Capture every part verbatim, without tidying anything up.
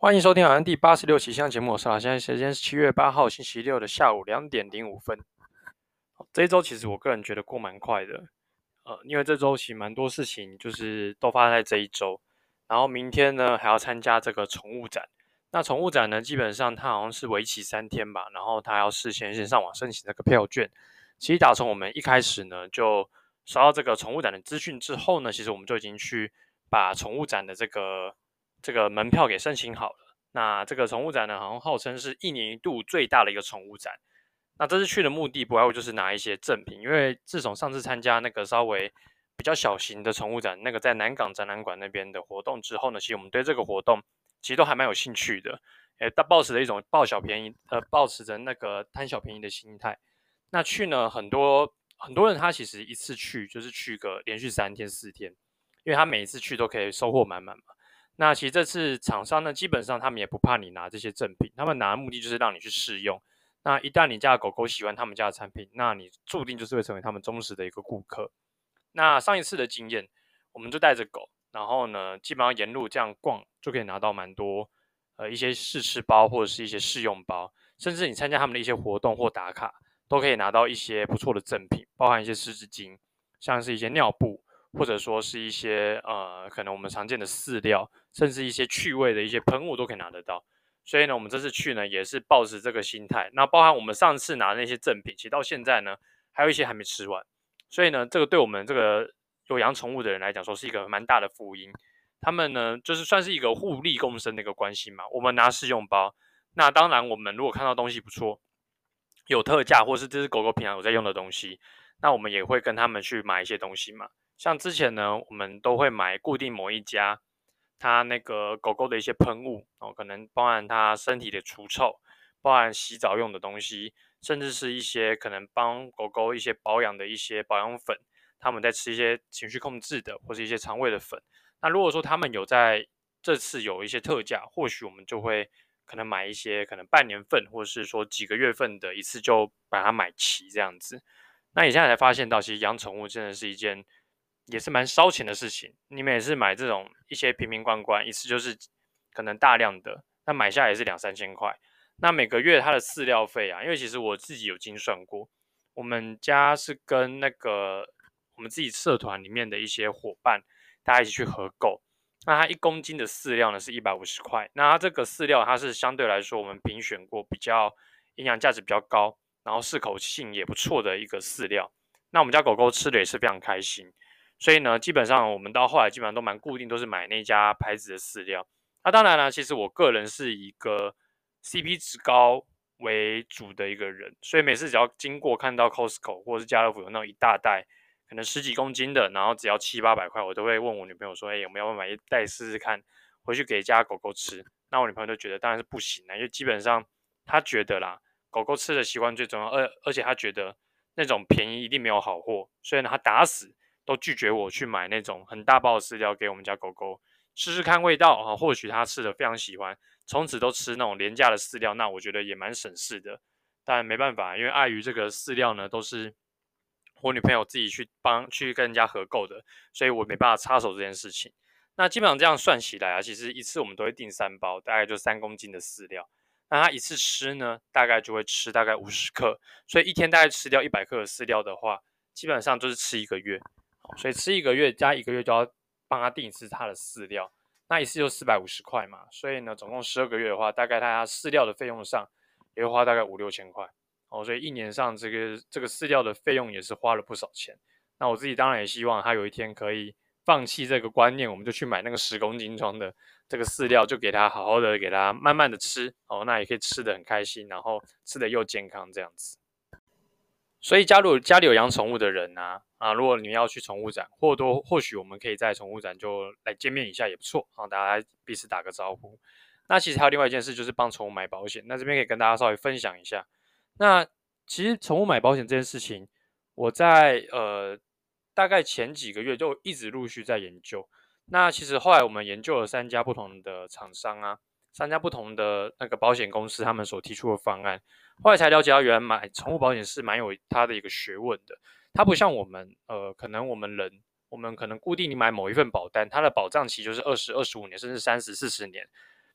欢迎收听好像第八十六期相节目，我是老现在时间是七月八号星期六的下午两点零五分。这一周其实我个人觉得过蛮快的，呃，因为这周其实蛮多事情就是都发生在这一周，然后明天呢还要参加这个宠物展。那宠物展呢，基本上它好像是为期三天吧，然后它还要事先先上网申请这个票券。其实打从我们一开始呢，就收到这个宠物展的资讯之后呢，其实我们就已经去把宠物展的这个这个门票给申请好了。那这个宠物展呢，好像号称是一年一度最大的一个宠物展。那这次去的目的不外乎就是拿一些赠品，因为自从上次参加那个稍微比较小型的宠物展，那个在南港展览馆那边的活动之后呢，其实我们对这个活动其实都还蛮有兴趣的，诶，抱持着一种抱小便宜，呃，抱持着那个贪小便宜的心态。那去呢，很多很多人他其实一次去就是去个连续三天四天，因为他每一次去都可以收获满满嘛。那其实这次厂商呢，基本上他们也不怕你拿这些赠品，他们拿的目的就是让你去试用。那一旦你家的狗狗喜欢他们家的产品，那你注定就是会成为他们忠实的一个顾客。那上一次的经验，我们就带着狗，然后呢，基本上沿路这样逛，就可以拿到蛮多呃一些试吃包或者是一些试用包，甚至你参加他们的一些活动或打卡，都可以拿到一些不错的赠品，包含一些湿纸巾，像是一些尿布，或者说是一些呃可能我们常见的饲料，甚至一些趣味的一些喷雾都可以拿得到。所以呢，我们这次去呢也是抱着这个心态。那包含我们上次拿的那些赠品，其实到现在呢还有一些还没吃完。所以呢，这个对我们这个有养宠物的人来讲说是一个蛮大的福音。他们呢就是算是一个互利共生的一个关系嘛。我们拿试用包，那当然我们如果看到东西不错，有特价，或是这只狗狗平常有在用的东西，那我们也会跟他们去买一些东西嘛。像之前呢，我们都会买固定某一家，它那个狗狗的一些喷雾哦，可能包含它身体的除臭，包含洗澡用的东西，甚至是一些可能帮狗狗一些保养的一些保养粉，他们在吃一些情绪控制的，或是一些肠胃的粉。那如果说他们有在这次有一些特价，或许我们就会可能买一些可能半年份，或者是说几个月份的，一次就把它买齐这样子。那你现在才发现到，其实养宠物真的是一件也是蛮烧钱的事情。你们也是买这种一些瓶瓶罐罐，一次就是可能大量的，那买下来也是两三千块。那每个月它的饲料费啊，因为其实我自己有精算过，我们家是跟那个我们自己社团里面的一些伙伴，大家一起去合购。那它一公斤的饲料呢是一百五十块，那它这个饲料它是相对来说我们评选过比较营养价值比较高，然后适口性也不错的一个饲料。那我们家狗狗吃的也是非常开心，所以呢，基本上我们到后来基本上都蛮固定，都是买那家牌子的饲料。那当然了，其实我个人是一个 C P 值高为主的一个人，所以每次只要经过看到 Costco 或者是家乐福有那种一大袋，可能十几公斤的，然后只要七八百块，我都会问我女朋友说：“哎、欸，我们要不要买一袋试试看，回去给家狗狗吃？”那我女朋友就觉得当然是不行啊，因为基本上她觉得啦，狗狗吃的习惯最重要，而而且她觉得那种便宜一定没有好货，所以呢，她打死都拒绝我去买那种很大包的饲料给我们家狗狗试试看味道啊，或许它吃的非常喜欢，从此都吃那种廉价的饲料，那我觉得也蛮省事的。但没办法，因为碍于这个饲料呢都是我女朋友自己去帮去跟人家合购的，所以我没办法插手这件事情。那基本上这样算起来啊，其实一次我们都会订三包，大概就三公斤的饲料。那他一次吃呢，大概就会吃大概五十克，所以一天大概吃掉一百克的饲料的话，基本上就是吃一个月。所以吃一个月加一个月就要帮他订一次他的饲料，那一次就四百五十块嘛，所以呢，总共十二个月的话，大概他饲料的费用上也会花大概五六千块。哦，所以一年上这个这个饲料的费用也是花了不少钱。那我自己当然也希望他有一天可以放弃这个观念，我们就去买那个十公斤装的这个饲料，就给他好好的给他慢慢的吃，哦，那也可以吃的很开心，然后吃的又健康这样子。所以，假如家里有养宠物的人啊，啊，如果你要去宠物展，或多或许我们可以在宠物展就来见面一下也不错，啊，大家彼此打个招呼。那其实还有另外一件事，就是帮宠物买保险。那这边可以跟大家稍微分享一下。那其实宠物买保险这件事情，我在呃大概前几个月就一直陆续在研究。那其实后来我们研究了三家不同的厂商啊，三家不同的那个保险公司，他们所提出的方案。后来才了解到，原来买宠物保险是蛮有它的一个学问的。它不像我们，呃，可能我们人，我们可能固定你买某一份保单，它的保障期就是二十二十五年，甚至三十四十年，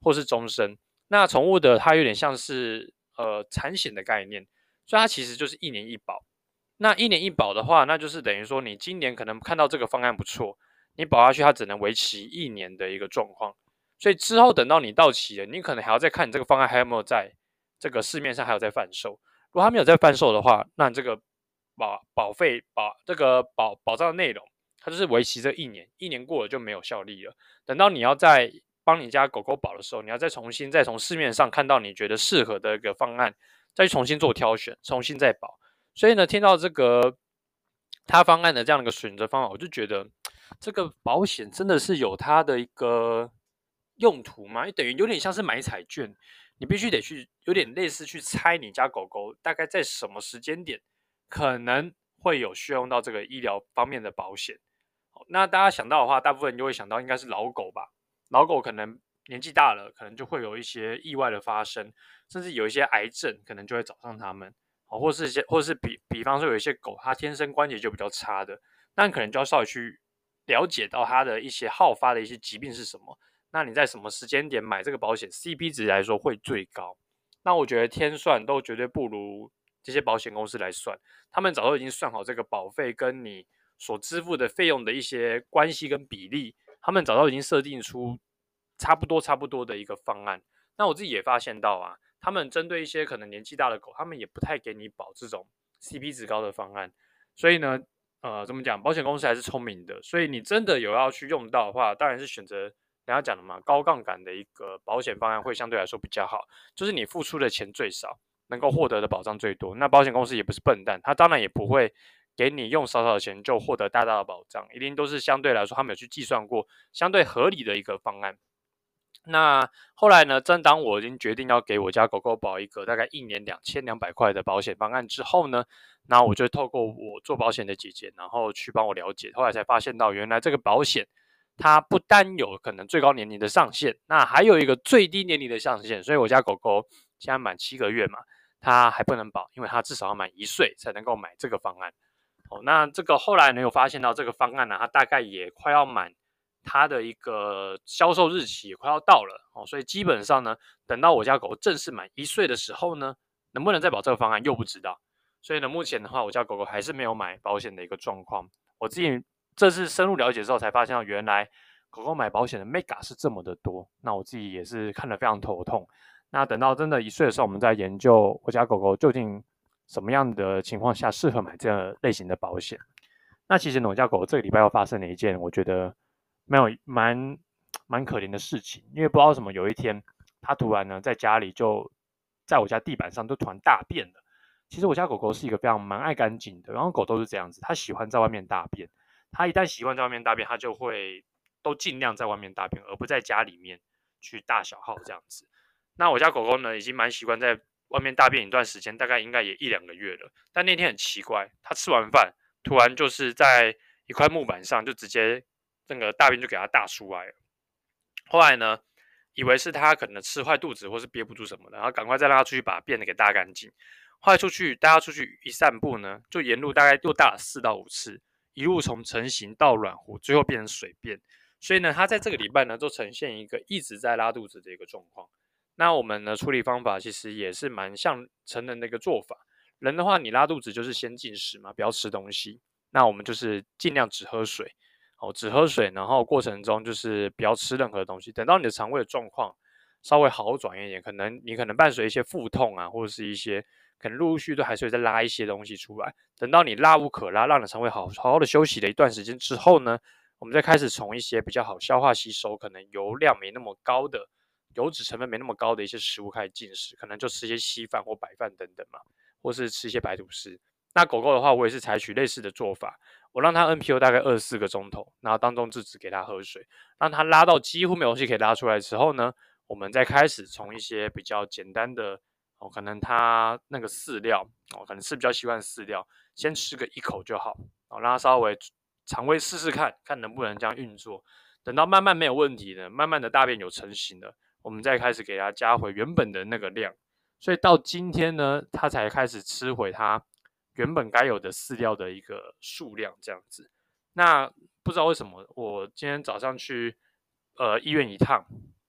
或是终身。那宠物的它有点像是呃产险的概念，所以它其实就是一年一保。那一年一保的话，那就是等于说你今年可能看到这个方案不错，你保下去它只能维持一年的一个状况，所以之后等到你到期了，你可能还要再看你这个方案还有没有在这个市面上还有在贩售。如果它没有在贩售的话，那这个保保费保这个保保障的内容，它就是维持这一年，一年过了就没有效力了。等到你要在帮你家狗狗保的时候，你要再重新再从市面上看到你觉得适合的一个方案，再重新做挑选，重新再保。所以呢，听到这个他方案的这样的一个选择方法，我就觉得这个保险真的是有它的一个用途吗？等于有点像是买彩券，你必须得去有点类似去猜你家狗狗大概在什么时间点可能会有需要用到这个医疗方面的保险。那大家想到的话，大部分人就会想到应该是老狗吧，老狗可能年纪大了，可能就会有一些意外的发生，甚至有一些癌症可能就会找上他们。哦，或是一些，或是比比方说有一些狗，它天生关节就比较差的，那你可能就要稍微去了解到它的一些好发的一些疾病是什么。那你在什么时间点买这个保险 ，C P 值来说会最高？那我觉得天算都绝对不如这些保险公司来算，他们早就已经算好这个保费跟你所支付的费用的一些关系跟比例，他们早就已经设定出差不多差不多的一个方案。那我自己也发现到啊，他们针对一些可能年纪大的狗，他们也不太给你保这种 C P 值高的方案。所以呢，呃，怎么讲？保险公司还是聪明的，所以你真的有要去用到的话，当然是选择人家讲的嘛，高杠杆的一个保险方案会相对来说比较好，就是你付出的钱最少，能够获得的保障最多。那保险公司也不是笨蛋，他当然也不会给你用少少的钱就获得大大的保障，一定都是相对来说他们有去计算过相对合理的一个方案。那后来呢，正当我已经决定要给我家狗狗保一个大概一年两千两百块的保险方案之后呢，那我就透过我做保险的姐姐，然后去帮我了解，后来才发现到原来这个保险它不单有可能最高年龄的上限，那还有一个最低年龄的上限，所以我家狗狗现在满七个月嘛，它还不能保，因为它至少要满一岁才能够买这个方案。哦，那这个后来呢，有发现到这个方案呢，它大概也快要满它的一个销售日期也快要到了哦，所以基本上呢，等到我家狗正式满一岁的时候呢，能不能再保这个方案又不知道。所以呢，目前的话，我家狗狗还是没有买保险的一个状况。我自己这次深入了解之后，才发现到原来狗狗买保险的 mega 是这么的多。那我自己也是看得非常头痛。那等到真的一岁的时候，我们再研究我家狗狗究竟什么样的情况下适合买这样类型的保险。那其实呢，我家狗狗这个礼拜又发生了一件我觉得没有蛮蛮可怜的事情，因为不知道为什么有一天它突然呢在家里就在我家地板上就突然大便了。其实我家狗狗是一个非常蛮爱干净的，然后狗都是这样子，它喜欢在外面大便。它一旦习惯在外面大便，它就会都尽量在外面大便，而不在家里面去大小号这样子。那我家狗狗呢，已经蛮习惯在外面大便一段时间，大概应该也一两个月了。但那天很奇怪，它吃完饭突然就是在一块木板上就直接那个大便就给它大出来了。后来呢，以为是它可能吃坏肚子或是憋不住什么的，然后赶快再让它出去把便的给大干净。后来出去带它出去一散步呢，就沿路大概又大了四到五次，一路从成型到软糊，最后变成水便。所以呢，它在这个礼拜呢，就呈现一个一直在拉肚子的一个状况。那我们的处理方法其实也是蛮像成人的一个做法。人的话，你拉肚子就是先进食嘛，不要吃东西。那我们就是尽量只喝水，哦，只喝水，然后过程中就是不要吃任何东西。等到你的肠胃的状况稍微好转一点，可能你可能伴随一些腹痛啊，或者是一些可能陆陆续续都还是会再拉一些东西出来。等到你拉无可拉，让你的肠胃好好好的休息了一段时间之后呢，我们再开始从一些比较好消化吸收，可能油量没那么高的、油脂成分没那么高的一些食物开始进食，可能就吃一些稀饭或白饭等等嘛，或是吃一些白吐司。那狗狗的话，我也是采取类似的做法，我让它 N P O 大概二十四个钟头，然后当中就只给它喝水，让它拉到几乎没有东西可以拉出来之后呢，我们再开始从一些比较简单的哦，可能它那个饲料哦，可能是比较习惯饲料，先吃个一口就好，哦，让它稍微肠胃试试看，看能不能这样运作。等到慢慢没有问题了，慢慢的大便有成型了，我们再开始给它加回原本的那个量。所以到今天呢，它才开始吃回它原本该有的饲料的一个数量，这样子。那不知道为什么，我今天早上去呃医院一趟，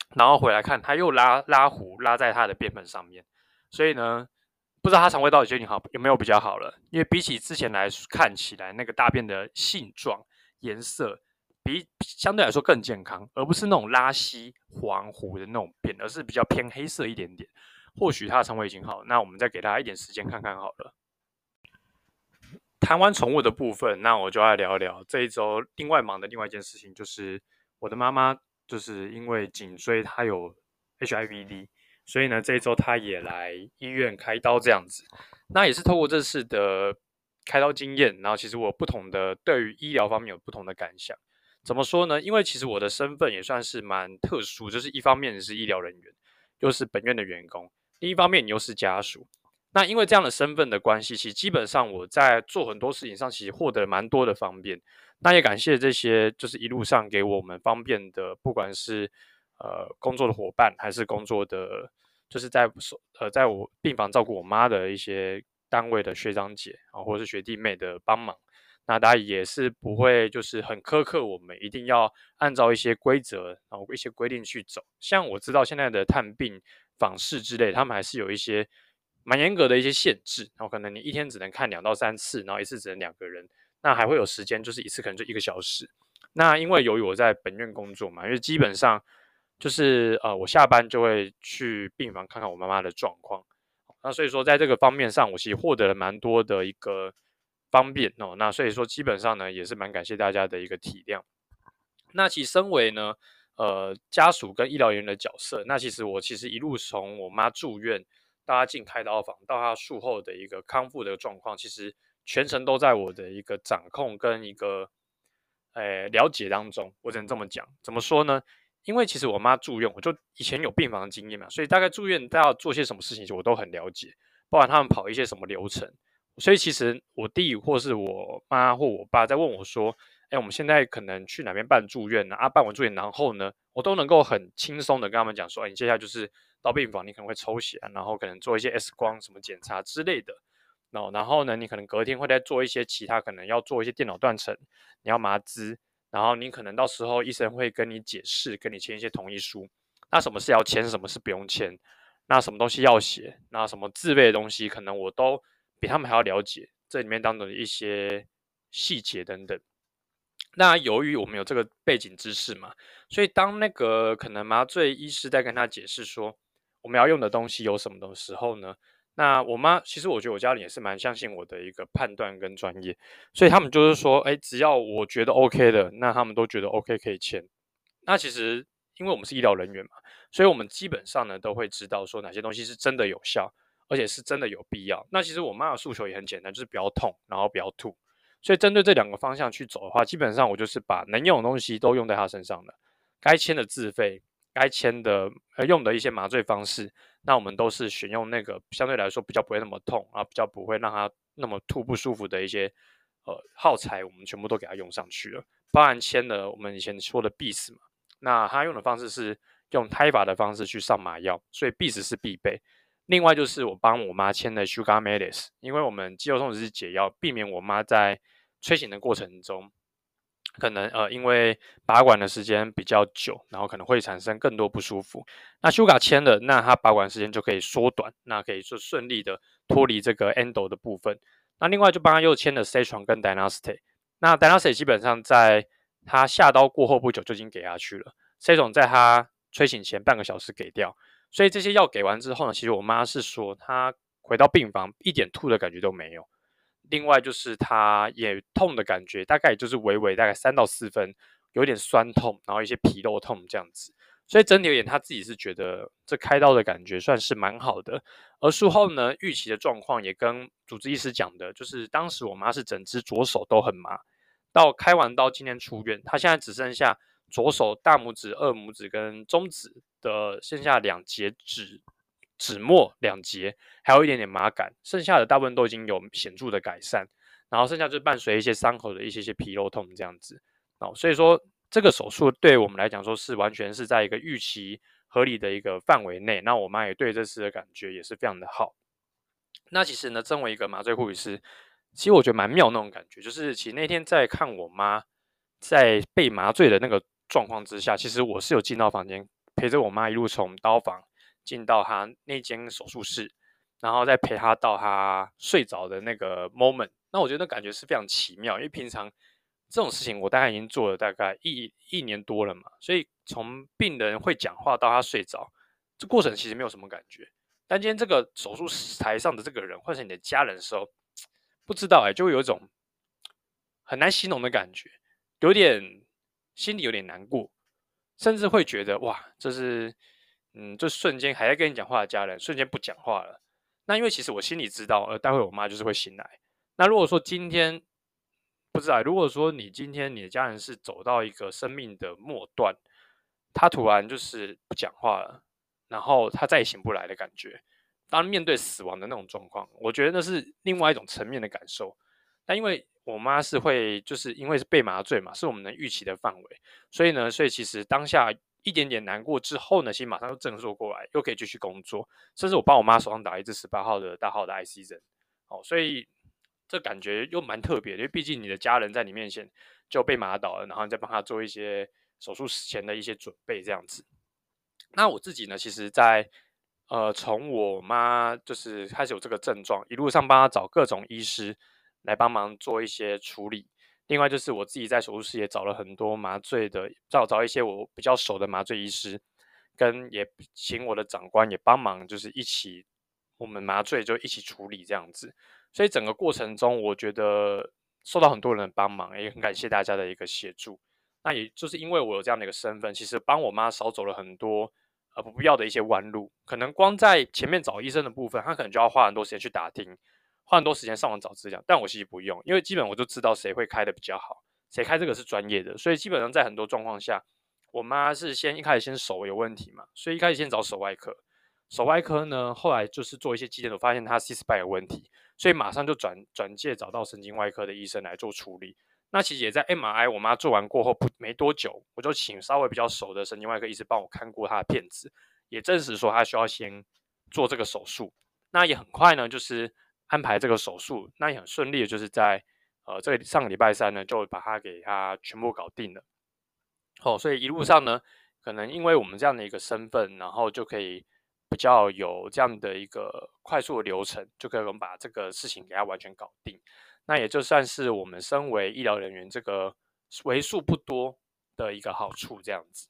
然后回来看他又拉拉壶拉在他的便盆上面，所以呢，不知道他肠胃到底究竟好有没有比较好了，因为比起之前来看起来那个大便的性状、颜色比相对来说更健康，而不是那种拉稀黄糊的那种便，而是比较偏黑色一点点。或许他的肠胃已经好，那我们再给他一点时间看看好了。谈完宠物的部分，那我就来聊一聊这一周另外忙的另外一件事情，就是我的妈妈就是因为颈椎她有 H I V D， 所以呢这一周她也来医院开刀这样子。那也是透过这次的开刀经验，然后其实我有不同的对于医疗方面有不同的感想。怎么说呢？因为其实我的身份也算是蛮特殊，就是一方面你是医疗人员，又是本院的员工，另一方面你又是家属。那因为这样的身份的关系，其实基本上我在做很多事情上，其实获得蛮多的方便。那也感谢这些就是一路上给我们方便的，不管是呃工作的伙伴，还是工作的就是在呃在我病房照顾我妈的一些单位的学长姐啊，或者是学弟妹的帮忙。那大家也是不会就是很苛刻，我们一定要按照一些规则，然后一些规定去走。像我知道现在的探病访视之类，他们还是有一些蛮严格的一些限制，然后可能你一天只能看两到三次，然后一次只能两个人，那还会有时间，就是一次可能就一个小时。那因为由于我在本院工作嘛，因为基本上就是呃我下班就会去病房看看我妈妈的状况，那所以说在这个方面上，我其实获得了蛮多的一个方便哦。那所以说基本上呢，也是蛮感谢大家的一个体谅。那其实身为呢，呃，家属跟医疗人员的角色，那其实我其实一路从我妈住院到她进开刀房，到她术后的一个康复的状况，其实全程都在我的一个掌控跟一个呃了解当中。我只能这么讲，怎么说呢？因为其实我妈住院，我就以前有病房的经验嘛，所以大概住院大家要做些什么事情，我都很了解，包含他们跑一些什么流程。所以其实我弟或是我妈或我爸在问我说，哎，我们现在可能去哪边办住院呢？啊，办完住院然后呢，我都能够很轻松的跟他们讲说，哎，你接下来就是到病房，你可能会抽血啊，然后可能做一些 X 光什么检查之类的。然后然后呢，你可能隔天会再做一些其他，可能要做一些电脑断层，你要麻姿，然后你可能到时候医生会跟你解释，跟你签一些同意书。那什么是要签，什么是不用签？那什么东西要写？那什么自备的东西，可能我都比他们还要了解这里面当中的一些细节等等。那由于我们有这个背景知识嘛，所以当那个可能麻醉医师在跟他解释说我们要用的东西有什么的时候呢，那我妈其实我觉得我家里也是蛮相信我的一个判断跟专业，所以他们就是说，哎，只要我觉得 OK 的，那他们都觉得 OK 可以签。那其实因为我们是医疗人员嘛，所以我们基本上呢都会知道说哪些东西是真的有效，而且是真的有必要。那其实我妈的诉求也很简单，就是不要痛，然后不要吐。所以针对这两个方向去走的话，基本上我就是把能用的东西都用在他身上了，该签的自费，该签的呃用的一些麻醉方式，那我们都是选用那个相对来说比较不会那么痛啊，比较不会让他那么吐不舒服的一些呃耗材，我们全部都给他用上去了。包含签了我们以前说的 B I S 嘛，那他用的方式是用胎法的方式去上麻药，所以 B I S 是必备。另外就是我帮我妈签的 Sugar Medis，因为我们肌肉松弛是解药，避免我妈在催醒的过程中，可能呃因为拔管的时间比较久，然后可能会产生更多不舒服。那 Sugar 签了，那它拔管时间就可以缩短，那可以就顺利的脱离这个 endo 的部分。那另外就帮他又签了 C 床跟 Dynasty。那 Dynasty 基本上在他下刀过后不久就已经给下去了，C 床在他催醒前半个小时给掉。所以这些药给完之后呢，其实我妈是说她回到病房一点吐的感觉都没有。另外就是她也痛的感觉，大概也就是微微大概三到四分，有点酸痛，然后一些皮肉痛这样子。所以整体而言，她自己是觉得这开刀的感觉算是蛮好的。而术后呢，预期的状况也跟主治医师讲的，就是当时我妈是整只左手都很麻，到开完刀今天出院，她现在只剩下左手大拇指、二拇指跟中指的剩下两节指指末两节，还有一点点麻感，剩下的大部分都已经有显著的改善，然后剩下就伴随一些伤口的一些些皮肉痛这样子。哦，所以说这个手术对我们来讲说是完全是在一个预期合理的一个范围内，那我妈也对这次的感觉也是非常的好。那其实呢，身为一个麻醉护理师，其实我觉得蛮妙那种感觉，就是其实那天在看我妈在被麻醉的那个状况之下，其实我是有进到房间陪着我妈一路从刀房进到她那间手术室，然后再陪她到她睡着的那个 moment。那我觉得那感觉是非常奇妙，因为平常这种事情我大概已经做了大概一一年多了嘛，所以从病人会讲话到他睡着，这过程其实没有什么感觉。但今天这个手术台上的这个人换成你的家人的时候，不知道哎、欸，就会有一种很难形容的感觉，有点心里有点难过，甚至会觉得哇，这是嗯，这瞬间还在跟你讲话的家人，瞬间不讲话了。那因为其实我心里知道，呃，待会我妈就是会醒来。那如果说今天不知道，如果说你今天你的家人是走到一个生命的末段，他突然就是不讲话了，然后他再也醒不来的感觉，当面对死亡的那种状况，我觉得那是另外一种层面的感受。但因为我妈是会，就是因为是被麻醉嘛，是我们能预期的范围，所以呢，所以其实当下一点点难过之后呢，其实马上就振作过来，又可以继续工作，甚至我帮我妈手上打一支十八号的大号的 I C 针，哦，所以这感觉又蛮特别的，因为毕竟你的家人在你面前就被麻倒了，然后你再帮他做一些手术前的一些准备，这样子。那我自己呢，其实在呃从我妈就是开始有这个症状，一路上帮她找各种医师来帮忙做一些处理。另外就是我自己在手术室也找了很多麻醉的，找找一些我比较熟的麻醉医师，跟也请我的长官也帮忙，就是一起我们麻醉就一起处理这样子。所以整个过程中，我觉得受到很多人的帮忙，也很感谢大家的一个协助。那也就是因为我有这样的一个身份，其实帮我妈少走了很多呃不必要的一些弯路。可能光在前面找医生的部分，他可能就要花很多时间去打听，花很多时间上网找资料。但我其实不用，因为基本我就知道谁会开的比较好，谁开这个是专业的，所以基本上在很多状况下，我妈是先一开始先手有问题嘛，所以一开始先找手外科。手外科呢，后来就是做一些肌检，我发现她 C spine 有问题，所以马上就转转介找到神经外科的医生来做处理。那其实也在 M R I 我妈做完过后不没多久，我就请稍微比较熟的神经外科医师帮我看过她的片子，也证实说她需要先做这个手术。那也很快呢，就是安排这个手术，那也很顺利的，就是在呃这个上个礼拜三呢，就把它给它全部搞定了。哦，所以一路上呢，可能因为我们这样的一个身份，然后就可以比较有这样的一个快速的流程，就可以我们把这个事情给它完全搞定。那也就算是我们身为医疗人员这个为数不多的一个好处，这样子。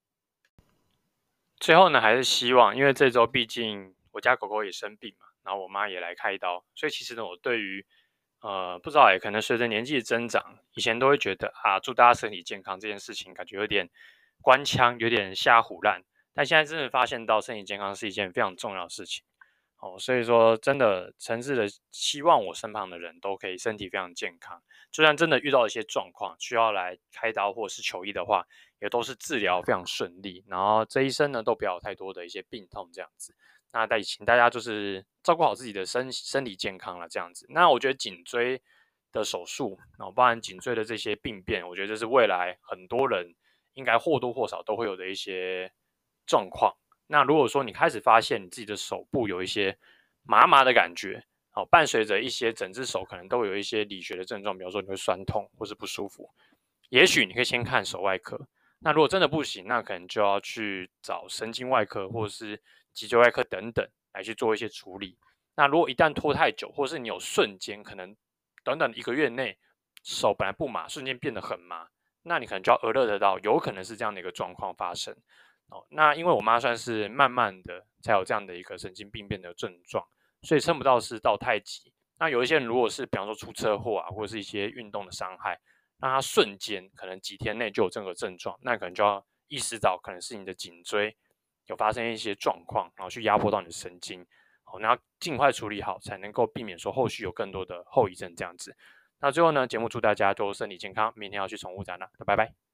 最后呢，还是希望，因为这周毕竟我家狗狗也生病嘛，然后我妈也来开刀，所以其实呢，我对于呃不知道也可能随着年纪的增长，以前都会觉得啊，祝大家身体健康这件事情，感觉有点官腔，有点瞎胡乱。但现在真的发现到身体健康是一件非常重要的事情。哦，所以说真的诚挚的希望我身旁的人都可以身体非常健康，就算真的遇到一些状况需要来开刀或是求医的话，也都是治疗非常顺利，然后这一生呢都不要有太多的一些病痛这样子。那大请大家就是照顾好自己的身身体健康了这样子。那我觉得颈椎的手术，然后包含颈椎的这些病变，我觉得这是未来很多人应该或多或少都会有的一些状况。那如果说你开始发现你自己的手部有一些麻麻的感觉，哦，伴随着一些整只手可能都有一些理学的症状，比如说你会酸痛或是不舒服，也许你可以先看手外科。那如果真的不行，那可能就要去找神经外科或是脊椎外科等等来去做一些处理。那如果一旦拖太久，或是你有瞬间可能短短一个月内手本来不麻，瞬间变得很麻，那你可能就要额乐得到，有可能是这样的一个状况发生。哦，那因为我妈算是慢慢的才有这样的一个神经病变的症状，所以撑不到是到太急。那有一些人如果是比方说出车祸啊，或者是一些运动的伤害，那他瞬间可能几天内就有这个症状，那可能就要意识到可能是你的颈椎有发生一些状况，然后去压迫到你的神经，好，那要尽快处理好，才能够避免说后续有更多的后遗症这样子。那最后呢，节目祝大家都身体健康，明天要去宠物展了，拜拜。